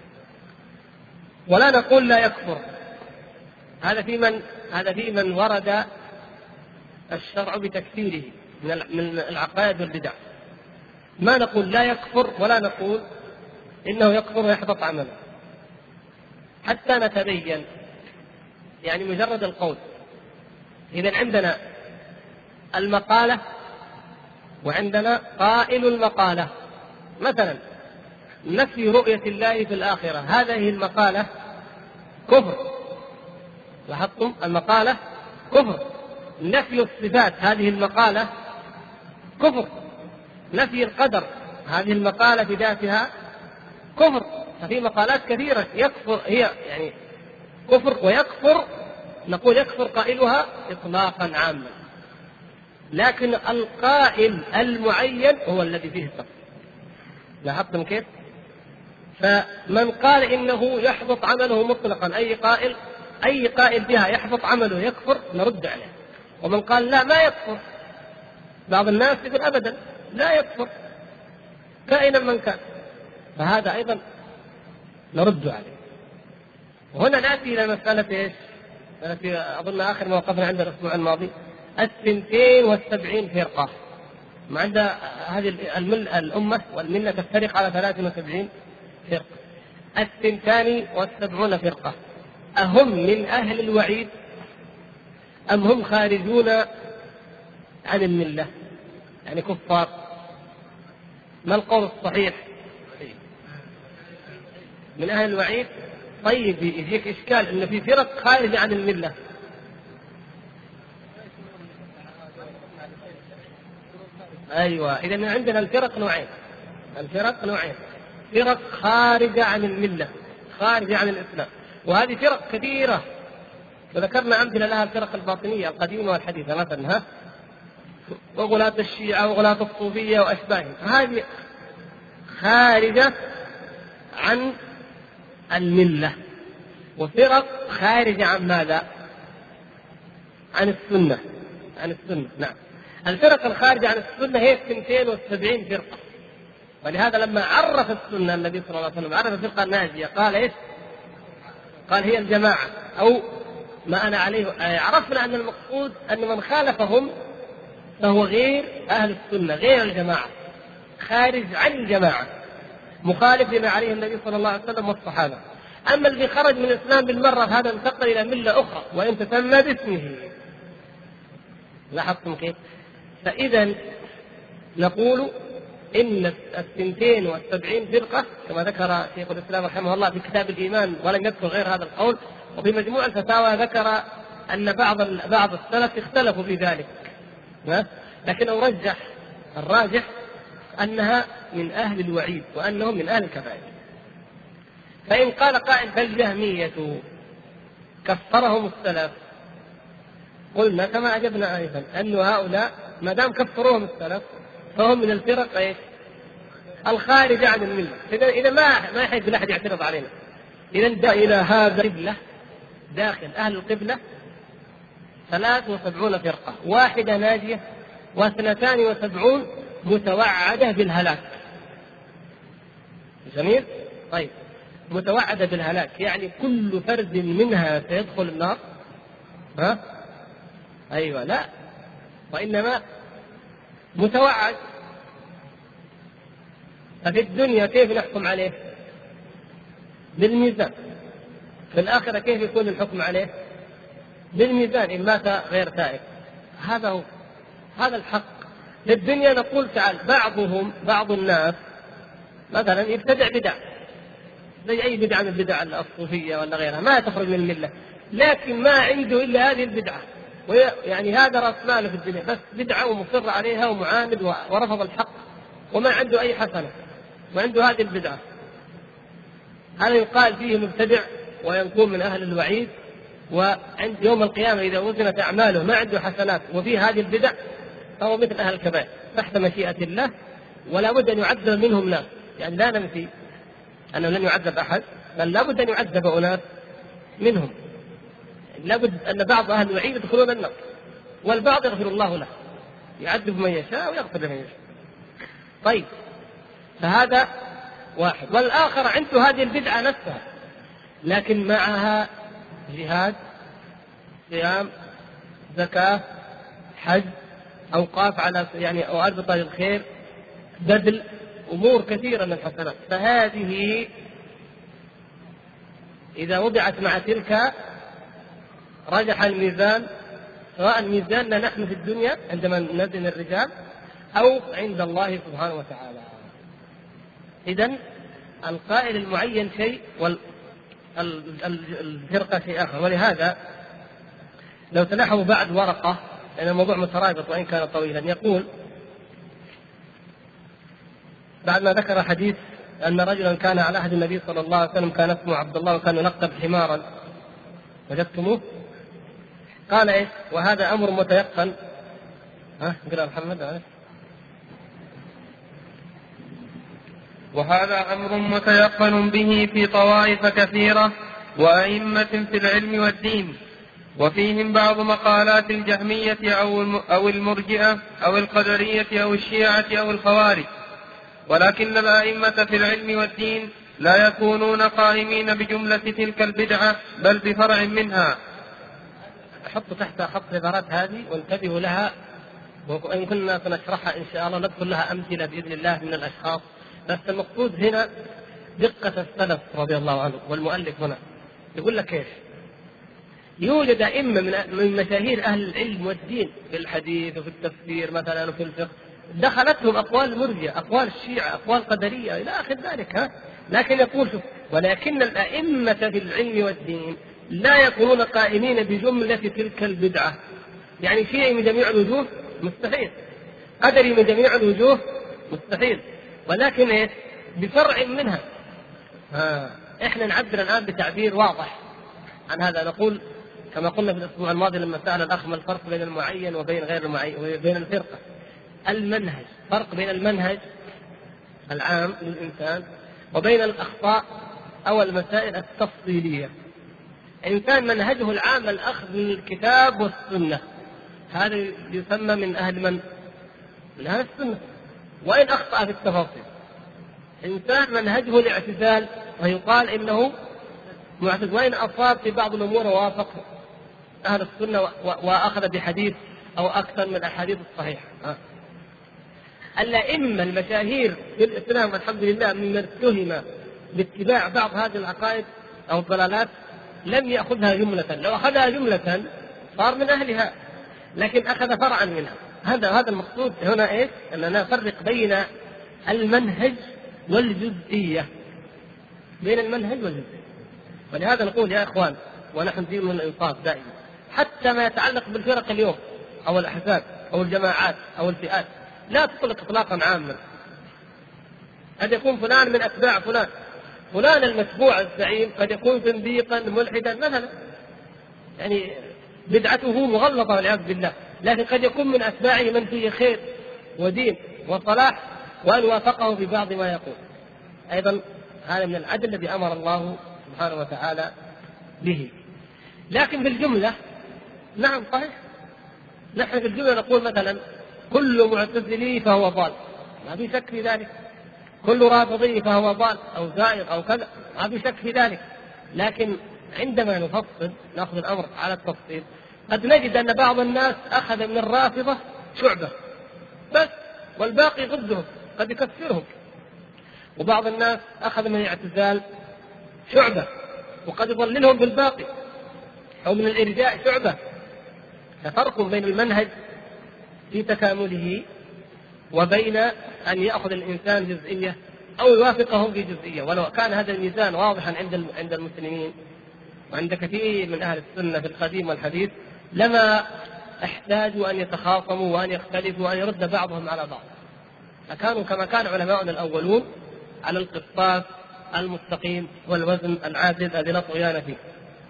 ولا نقول لا يكفر، هذا في من هذا في من ورد الشرع بتكفيره من العقائد والبدع. ما نقول لا يكفر ولا نقول إنه يكفر ويحبط عمله حتى نتبين، يعني مجرد القول. إذن عندنا المقالة وعندنا قائل المقالة. مثلا نفي رؤية الله في الآخرة، هذه المقالة كفر، لاحظتم المقالة كفر. نفي الصفات هذه المقالة كفر. نفي القدر هذه المقالة بذاتها كفر. ففي مقالات كثيرة يكفر هي يعني كفر ويكفر، نقول يكفر قائلها إطلاقا عاما، لكن القائل المعين هو الذي فيه الكفر. لاحظتم كيف؟ فمن قال إنه يحبط عمله مطلقا، أي قائل أي قائل بها يحبط عمله يكفر، نرد عليه. ومن قال لا ما يكفر، بعض الناس يقول أبدا لا يكفر كائنا من كان، فهذا أيضا نرد عليه. وهنا نأتي إلى مسألة إيش؟ التي أظن آخر ما وقفنا عند الأسبوع الماضي، الثنتين والسبعين فرقة. ما عند هذه المل الأمة والملة تفترق على ثلاث وسبعين فرقة. الثنتان والسبعون فرقة أهم من أهل الوعيد أم هم خارجون عن الملة يعني كفار؟ ما القول الصحيح؟ من أهل الوعيد. طيب يجيك إشكال إن في فرق خارجة عن الملة. أيوة، إذا عندنا الفرق نوعين. الفرق نوعين، فرق خارجة عن الملة، خارجة عن الإسلام، وهذه فرق كثيرة وذكرنا أمثلة لها الفرق الباطنية القديمة والحديثة مثلا، ها، وغلاة الشيعة وغلاة الصوفية وأشباههم، هذه خارجة عن الملة. وفرق خارجة عن ماذا؟ عن السنة. عن السنة، نعم. الفرق الخارجة عن السنة هي اثنتين وسبعين فرقة. ولهذا لما عرف السنة النبي صلى الله عليه وسلم عرف الفرقة الناجية قال إيش؟ قال هي الجماعة أو ما أنا عليه. عرفنا أن المقصود أن من خالفهم فهو غير أهل السنة، غير الجماعة، خارج عن الجماعة، مخالف لما عليه النبي صلى الله عليه وسلم والصحابة. أما الذي خرج من الإسلام بالمرة هذا انتقل إلى ملة أخرى وإن تسمى باسمه. لاحظتم كيف؟ فإذا نقول إن الثنتين والسبعين فرقة كما ذكر شيخ الإسلام رحمه الله في كتاب الإيمان ولم يذكر غير هذا القول، وفي مجموع الفتاوى ذكر أن بعض بعض السلف اختلفوا في ذلك، لكن أرجح الراجح أنها من أهل الوعيد وأنهم من أهل الكبائر. فإن قال قائل فالجهمية كفرهم السلف، قلنا كما أجبنا آنفا أن هؤلاء ما دام كفروهم السلف فهم من الفرق ايش؟ الخارجة عن الملة. إذا ما ما يحب أحد يعترض علينا. إذا دا إلى هذا القبلة داخل أهل القبلة ثلاث وسبعون فرقة، واحدة ناجية واثنتان وسبعون متوعدة بالهلاك. جميل؟ طيب، متوعدة بالهلاك يعني كل فرد منها سيدخل النار؟ ها؟ أيوة، لا، وإنما متوعد. ففي الدنيا كيف نحكم عليه؟ بالميزان. في الآخرة كيف يكون الحكم عليه؟ بالميزان، إن مات غير تائب. هذا هو، هذا الحق. في الدنيا نقول تعال بعضهم بعض الناس مثلا يبتدع بدع زي أي بدعة من البدع الصوفية ولا غيرها، ما تخرج من الملة، لكن ما عنده إلا هذه البدعة، يعني هذا رأس ماله في الدنيا، بس بدعة ومصر عليها ومعاند ورفض الحق وما عنده أي حسنة وعنده هذه البدعة. هذا يقال فيه مبتدع ويكون من أهل الوعيد، وعند يوم القيامة إذا وزنت أعماله ما عنده حسنات وفي هذه البدع فهو مثل أهل الكبائر تحت مشيئة الله، ولا بد أن يعذب منهم ناس. يعني لا ننفي أنه لن يعذب أحد، بل لا بد أن يعذب أناس منهم. لابد أن بعض أهل الوعيد يدخلون النار والبعض يغفر الله له، يعذب من يشاء ويغفر لمن يشاء. طيب، فهذا واحد. والآخر عنده هذه البدعة نفسها لكن معها جهاد، صيام، زكاة، حج، أوقاف على يعني أو أربطة للخير، بذل، أمور كثيرة من الحسنات. فهذه إذا وضعت مع تلك رجح الميزان، سواء ميزاننا نحن في الدنيا عندما نزن الرجال أو عند الله سبحانه وتعالى. إذن القائل المعين شيء والفرقة شيء آخر. ولهذا لو تلاحظوا بعد ورقة، لأن الموضوع مترابط وإن كان طويلا، يقول بعد ما ذكر حديث أن رجلا كان على عهد النبي صلى الله عليه وسلم كان اسمه عبد الله وكان يلقب حمارا، وجدتموه؟ قال إيش؟ وهذا أمر متيقن. ها قرأ محمد. وهذا أمر متيقن به في طوائف كثيرة وأئمة في العلم والدين، وفيهم بعض مقالات الجهمية أو المرجئة أو القدرية أو الشيعة أو الخوارج. ولكن الأئمة في العلم والدين لا يكونون قائمين بجملة تلك البدعة بل بفرع منها. حطوا تحت خط العبارات هذه وانتبهوا لها، وإن كنا سنشرحها إن شاء الله نذكر لها أمثلة بإذن الله من الأشخاص. بس المقصود هنا دقة السلف رضي الله عنه والمؤلف هنا يقول لك كيف يوجد أئمة من مشاهير أهل العلم والدين في الحديث وفي التفسير مثلا وفي الفقه دخلتهم أقوال المرجئة، أقوال الشيعة، أقوال قدرية إلى آخر ذلك، ها؟ لكن يقول شوف ولكن الأئمة في العلم والدين لا يكونون قائمين بجملة تلك البدعة. يعني شيعي من جميع الوجوه مستحيل، قدري من جميع الوجوه مستحيل، ولكن إيه؟ بفرع منها. آه. إحنا نعبر الآن بتعبير واضح عن هذا، نقول كما قلنا في الأسبوع الماضي لما سأل الأخ ما الفرق بين المعين وبين غير المعين وبين الفرقة. المنهج، فرق بين المنهج العام للإنسان وبين الأخطاء أو المسائل التفصيلية. إنسان منهجه العام الأخذ من الكتاب والسنة، هذا يسمى من أهل من؟ من أهل السنة، وإن أخطأ في التفاصيل. إنسان منهجه الاعتزال ويقال إنه معتزل، وإن أصاب في بعض الأمور ووافق أهل السنة وأخذ بحديث أو أكثر من الأحاديث الصحيحة. الأئمة المشاهير في الإسلام الحمد لله ممن اتهم باتباع بعض هذه العقائد أو الضلالات لم يأخذها جملة، لو أخذها جملة صار من أهلها، لكن أخذ فرعا منها. هذا هذا المقصود هنا إيه؟ أننا نفرق بين المنهج والجزئية، بين المنهج والجزئية. ولهذا نقول يا إخوان ونحن ندين من الإنصاف دائما، حتى ما يتعلق بالفرق اليوم أو الأحزاب أو الجماعات أو الفئات لا تطلق إطلاقا عاما. قد يكون فلان من أتباع فلان، فلان المتبوع الزعيم قد يكون زنديقا ملحدا مثلا، يعني بدعته مغلظة والعياذ بالله، لكن قد يكون من أتباعه من فيه خير ودين وصلاح وأن وافقه في بعض ما يقول. أيضا هذا من العدل الذي أمر الله سبحانه وتعالى به. لكن في الجملة نعم صحيح، نحن في الجملة نقول مثلا كل معتزلي فهو ضال، ما في شك في ذلك، كل رافضي فهو ضال أو زائر أو كذا، ما في شك في ذلك. لكن عندما نفصل نأخذ الأمر على التفصيل قد نجد أن بعض الناس أخذ من الرافضة شعبة بس والباقي ضدهم، قد يكفرهم. وبعض الناس أخذ من الاعتزال شعبة وقد يضللهم بالباقي، أو من الإرجاء شعبة. ففرق بين المنهج في تكامله وبين أن يأخذ الإنسان جزئية أو يوافقهم في جزئية. ولو كان هذا الميزان واضحا عند عند المسلمين وعند كثير من أهل السنة في القديم والحديث لما احتاجوا أن يتخاصموا وأن يختلفوا وأن يرد بعضهم على بعض، فكانوا كما كان علماؤنا الأولون على القسطاس المستقيم والوزن العادل الذي لا طغيان فيه.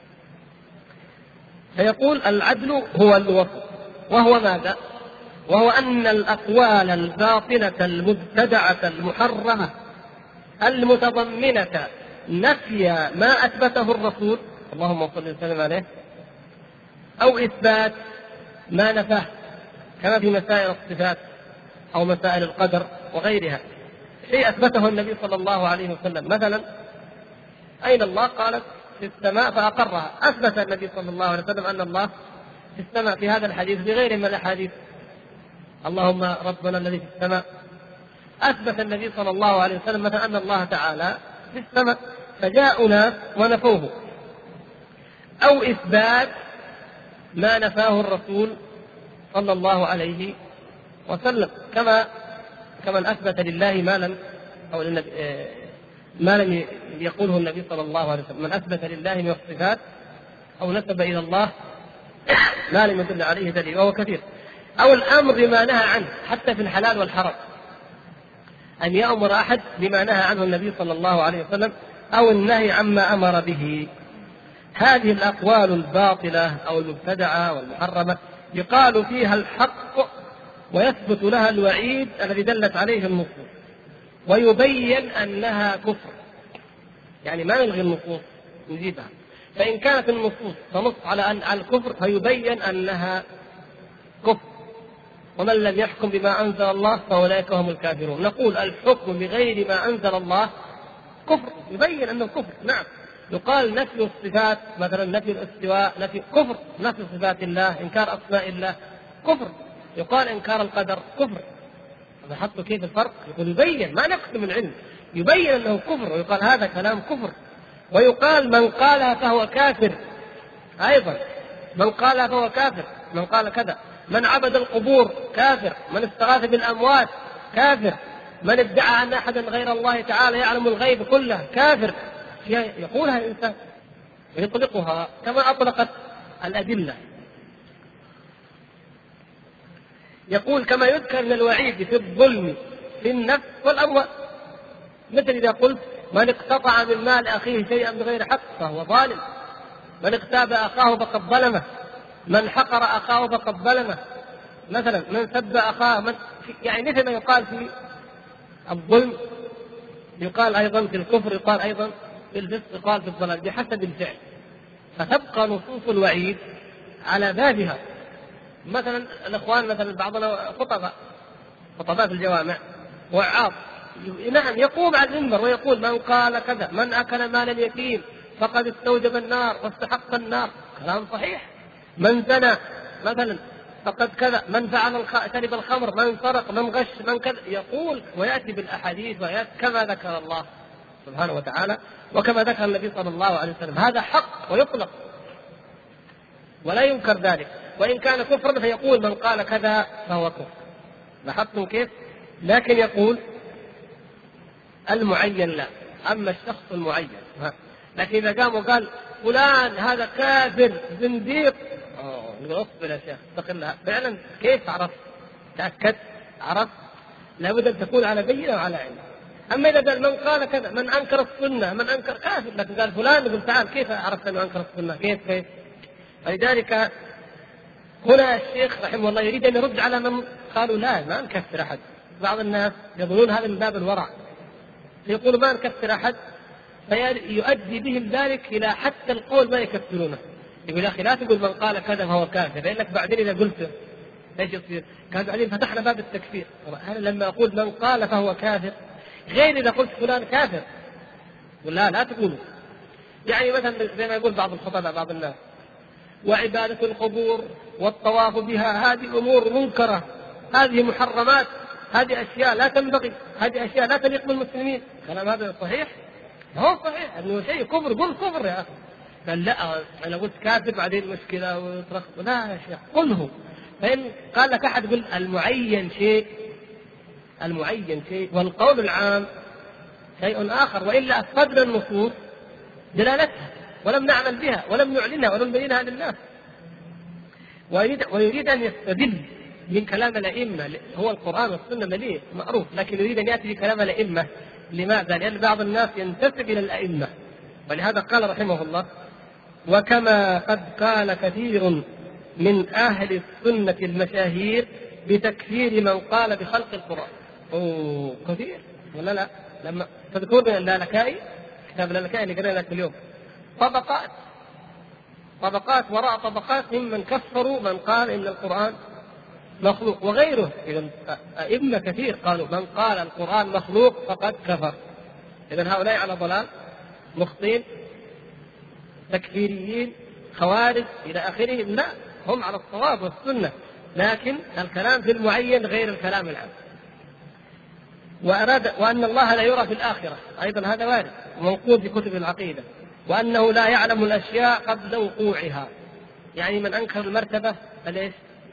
فيقول العدل هو الوسط، وهو ماذا؟ وهو أن الأقوال الباطلة المبتدعة المحرمة المتضمنة نفي ما أثبته الرسول اللهم صل وسلم عليه أو إثبات ما نفاه، كما في مسائل الصفات أو مسائل القدر وغيرها. شيء أثبته النبي صلى الله عليه وسلم، مثلا أين الله؟ قالت في السماء فأقرها. أثبت النبي صلى الله عليه وسلم أن الله في السماء في هذا الحديث بغير من الأحاديث، اللهم ربنا الذي في السماء. أثبت النبي صلى الله عليه وسلم مثلا أن الله تعالى في السماء، فجاء ناس ونفوه. أو إثبات ما نفاه الرسول صلى الله عليه وسلم، كما كمن أثبت لله ما لم أو ما لم يقوله النبي صلى الله عليه وسلم. من أثبت لله من الصفات أو نسب إلى الله ما لم يدل عليه دليل، وهو كثير. أو الأمر بما نهى عنه حتى في الحلال والحرام، أن يأمر أحد بما نهى عنه النبي صلى الله عليه وسلم، أو النهي عما أمر به. هذه الأقوال الباطلة أو المبتدعة والمحرمة يقال فيها الحق ويثبت لها الوعيد الذي دلت عليه النصوص، ويبين أنها كفر، يعني ما يلغي النصوص نجيبها. فإن كانت النصوص تنص على أن على الكفر فيبين أنها كفر، ومن لم يحكم بما أنزل الله فأولئك هم الكافرون. نقول الحكم بغير ما أنزل الله كفر، يبين أنه كفر. نعم، يقال نفي الصفات مثلا، نفي الاستواء نفي كفر، نفي صفات الله، إنكار أسماء الله كفر، يقال إنكار القدر كفر. هذا حطوا كيف الفرق؟ يقول يبين، ما نقسم العلم، يبين أنه كفر، ويقال هذا كلام كفر. ويقال من قالها فهو كافر أيضا، من قالها فهو كافر، من قال كذا، من عبد القبور كافر، من استغاث بالأموات كافر، من ادعى أن أحدا غير الله تعالى يعلم الغيب كله كافر. يقولها الإنسان ويطلقها كما أطلقت الأدلة. يقول كما يذكر من الوعيد في الظلم في النفس والأموال، مثل إذا قلت من اقتطع من مال أخيه شيئا بغير حق فهو ظالم، من اغتاب أخاه فقد ظلمه، من حقر أخاه فقد ظلمه، مثلا من سب أخاه، من يعني مثل ما يقال في الظلم يقال أيضا في الكفر، يقال أيضا في الفسق، يقال في الضلال بحسب الفعل. فتبقى نصوص الوعيد على بابها. مثلا الأخوان مثلا بعضنا خطباء خطباء في الجوامع وعاظ، نعم يقوم على المنبر ويقول من قال كذا، من أكل مال اليتيم فقد استوجب النار واستحق النار، كلام صحيح. من زنى مثلا فقد كذا، من فعل الخ... شرب الخمر، من سرق، من غش، من كذا، يقول ويأتي بالأحاديث ويأتي كما ذكر الله سبحانه وتعالى وكما ذكر النبي صلى الله عليه وسلم. هذا حق ويطلق ولا ينكر ذلك، وإن كان كفرا فيقول من قال كذا فهو كفر. لاحظتم كيف؟ لكن يقول المعين لا، أما الشخص المعين. لكن إذا قام وقال فلان هذا كافر زنديق، نقول اصبر يا شيخ استقلها. فعلا كيف عرفت؟ تأكدت عرفت؟ لابد أن تكون على بينة وعلى علم. أما إذا قال من قال كذا، من أنكر السنة، من أنكر كافر، لكن قال فلان يقول تعال كيف عرفت أنه أنكر السنة؟ كيف كيف؟ فلذلك هنا الشيخ رحمه الله يريد أن يرد على من قالوا لا ما نكفر أحد. بعض الناس يظنون هذا من باب الورع، يقول ما نكفر أحد، فيؤدي بهم ذلك إلى حتى القول ما يكفرونه. يقول يا أخي لا تقول من قال كذا فهو كافر، لأنك بعدين إذا قلت ايش يصير؟ كان بعدين فتحنا باب التكفير. أنا لما أقول من قال فهو كافر غير إذا قلت فلان كافر، يقول لا لا تقولوا. يعني مثلا زي ما يقول بعض الخطباء بعض الناس وعبادة القبور والطواف بها هذه أمور منكرة، هذه محرمات، هذه أشياء لا تنبغي، هذه أشياء لا تليق بالمسلمين. كلام هذا صحيح؟ هو صحيح أنه شيء كفر، قل كفر يا أخي. قال لا أنا قلت كافر بعدين مشكلة وترخ. لا يا شيخ قله. فإن قال لك أحد قل المعين شيء، المعين شيء والقول العام شيء آخر، وإلا أفقدنا النصوص دلالتها ولم نعمل بها ولم نعلنها ولم نبينها للناس. ويريد, ويريد أن يستدل من كلام الأئمة، هو القرآن والسنة مليء معروف، لكن يريد أن يأتي بكلام الأئمة. لماذا؟ لأن بعض الناس ينتسب إلى الأئمة، ولهذا قال رحمه الله وكما قد قال كثير من أهل السنة المشاهير بتكفير من قال بخلق القرآن. أوه كثير ولا لا؟ لما تذكرون اللالكائي، كتاب اللالكائي اللي قرأنا لك اليوم، طبقات طبقات وراء طبقات ممن كفروا من قال إن القرآن مخلوق وغيره. إذن أئمة كثير قالوا من قال القرآن مخلوق فقد كفر. إذن هؤلاء على ضلال، مخطئين، تكفيريين، خوارج إلى آخره. لا، هم على الصواب والسنة، لكن الكلام في المعين غير الكلام العام. وأراد وأن الله لا يرى في الآخرة، أيضا هذا وارد ومنقول في كتب العقيدة، وأنه لا يعلم الأشياء قبل وقوعها. يعني من أنكر المرتبة فليش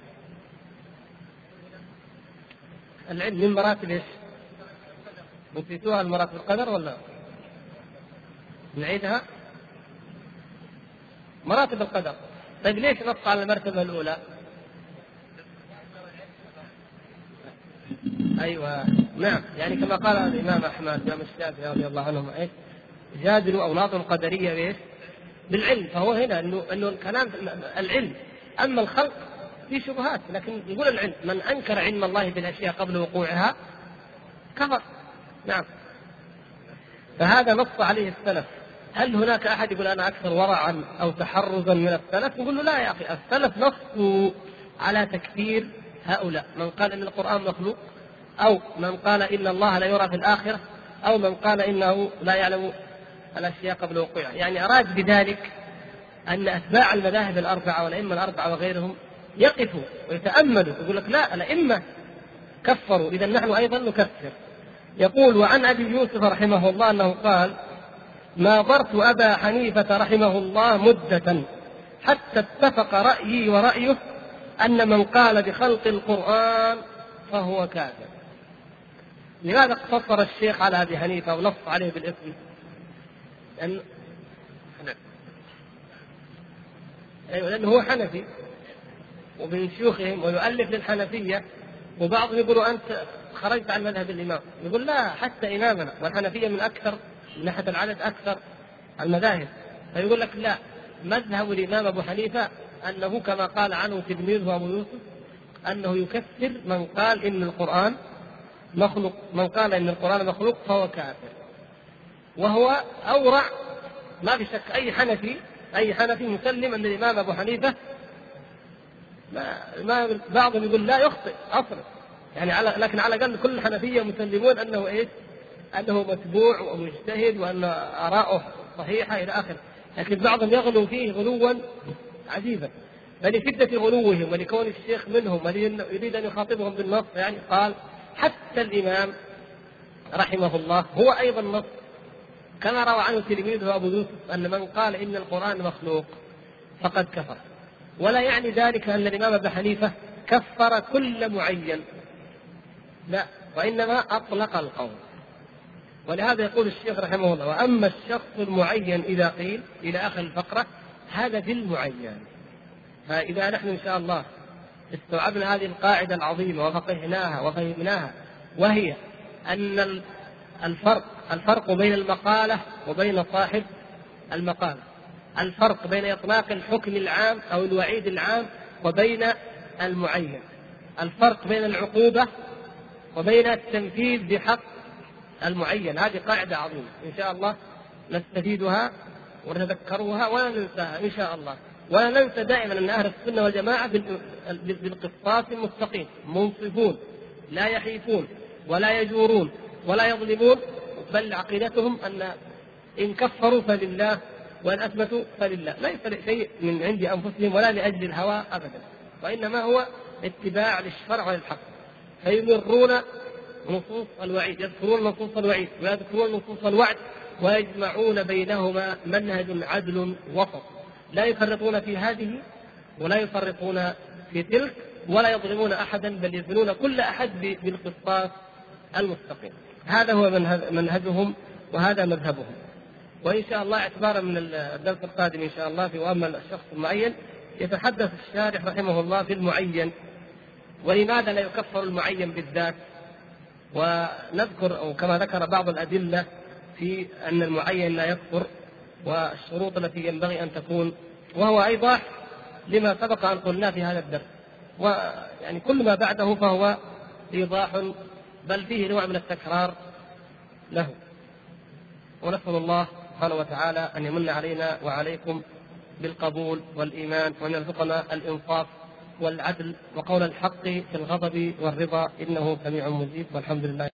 العلم من مراتب ايش؟ نسيتوها المراتب القدر ولا نعيدها؟ مراتب القدر. طيب ليش نص على المرتبة الأولى؟ أيوة نعم، يعني كما قال الإمام أحمد الإمام الشافعي رضي الله عنهم إيش؟ جادلوا أو ناظروا القدرية بإيش؟ بالعلم. فهو هنا إنه إنه الكلام العلم، أما الخلق في شبهات، لكن يقول العلم من أنكر علم الله بالأشياء قبل وقوعها كفر. نعم، فهذا نص عليه السلف. هل هناك أحد يقول أنا أكثر ورعا أو تحرزا من السلف؟ نقول له لا يا أخي، السلف نصوا على تكفير هؤلاء، من قال إن القرآن مخلوق، أو من قال إن الله لا يرى في الآخرة، أو من قال إنه لا يعلم الأشياء قبل وقوعها. يعني أراد بذلك أن أتباع المذاهب الأربعة والأئمة الأربعة وغيرهم يقفوا ويتأملوا، يقول لك لا الأئمة كفروا إذا نحن أيضا نكفر. يقول: وعن أبي يوسف رحمه الله أنه قال: ناظرت أبا حنيفة رحمه الله مدة حتى اتفق رأيي ورأيه أن من قال بخلق القرآن فهو كافر. لماذا اقتصر الشيخ على أبي حنيفة ونص عليه بالاسم؟ لأن لأنه هو حنفي ومن شيوخهم ويؤلف للحنفية، وبعضهم يقولوا أنت خرجت عن مذهب الإمام، يقول لا، حتى إمامنا والحنفية من أكثر من ناحية العدد أكثر المذاهب، فيقول لك لا، مذهب الإمام أبو حنيفة أنه كما قال عنه تلميذه أبو يوسف أنه يكفر من قال إن القرآن مخلوق، من قال إن القرآن مخلوق فهو كافر. وهو أورع، ما في شك، أي حنفي أي حنفي مسلم أن الإمام أبو حنيفة ما, ما بعضهم يقول لا يخطئ أصلا يعني، على لكن على الأقل كل الحنفية مسلمون أنه إيه؟ أنه متبوع ومجتهد وأن آراءه صحيحة إلى آخره، لكن بعضهم يغلو فيه غلوا عجيبا. فلشدة غلوهم ولكون الشيخ منهم يريد أن يخاطبهم بالنص، يعني قال حتى الإمام رحمه الله هو أيضا نص كما روى عنه تلميذه أبو يوسف أن من قال إن القرآن مخلوق فقد كفر. ولا يعني ذلك أن الإمام أبو حنيفة كفر كل معين، لا، وإنما أطلق القول. ولهذا يقول الشيخ رحمه الله: وأما الشخص المعين إذا قيل إلى آخر الفقرة هذا بالمعين. فإذا نحن إن شاء الله استوعبنا هذه القاعدة العظيمة وفقهناها وفهمناها، وهي أن الفرق الفرق بين المقالة وبين صاحب المقالة، الفرق بين إطلاق الحكم العام أو الوعيد العام وبين المعين، الفرق بين العقوبة وبين التنفيذ بحق المعين. هذه قاعدة عظيمة إن شاء الله نستفيدها ونتذكروها ولا ننساها إن شاء الله. ولا ننسى دائما أن أهل السنة والجماعة بالقسطاس المستقيم منصفون، لا يحيفون ولا يجورون ولا يظلمون، بل عقيدتهم أن إن كفروا فلله وإن أثبتوا فلله، ليس شيء من عند أنفسهم ولا لأجل الهوى أبدا، وإنما هو اتباع للشرع وللحق. فيمرون نصوص الوعيد، يذكرون نصوص الوعيد ويذكرون نصوص الوعد، ويجمعون بينهما منهج عدل وسط، لا يفرطون في هذه ولا يفرطون في تلك ولا يظلمون أحدا، بل يزنون كل أحد بالقسطاس المستقيم. هذا هو منهجهم وهذا مذهبهم. وإن شاء الله اعتبارا من الدرس القادم إن شاء الله في وأما الشخص المعين يتحدث الشارح رحمه الله في المعين، ولماذا لا يكفر المعين بالذات، ونذكر أو كما ذكر بعض الأدلة في أن المعين لا يكفر والشروط التي ينبغي أن تكون، وهو أيضا لما سبق أن قلنا في هذا الدرس، ويعني كل ما بعده فهو إيضاح بل فيه نوع من التكرار له. ونسأل الله سبحانه وتعالى أن يمن علينا وعليكم بالقبول والإيمان، وأن يرزقنا الإنصاف والعدل وقول الحق في الغضب والرضا، إنه سميع مجيب، والحمد لله.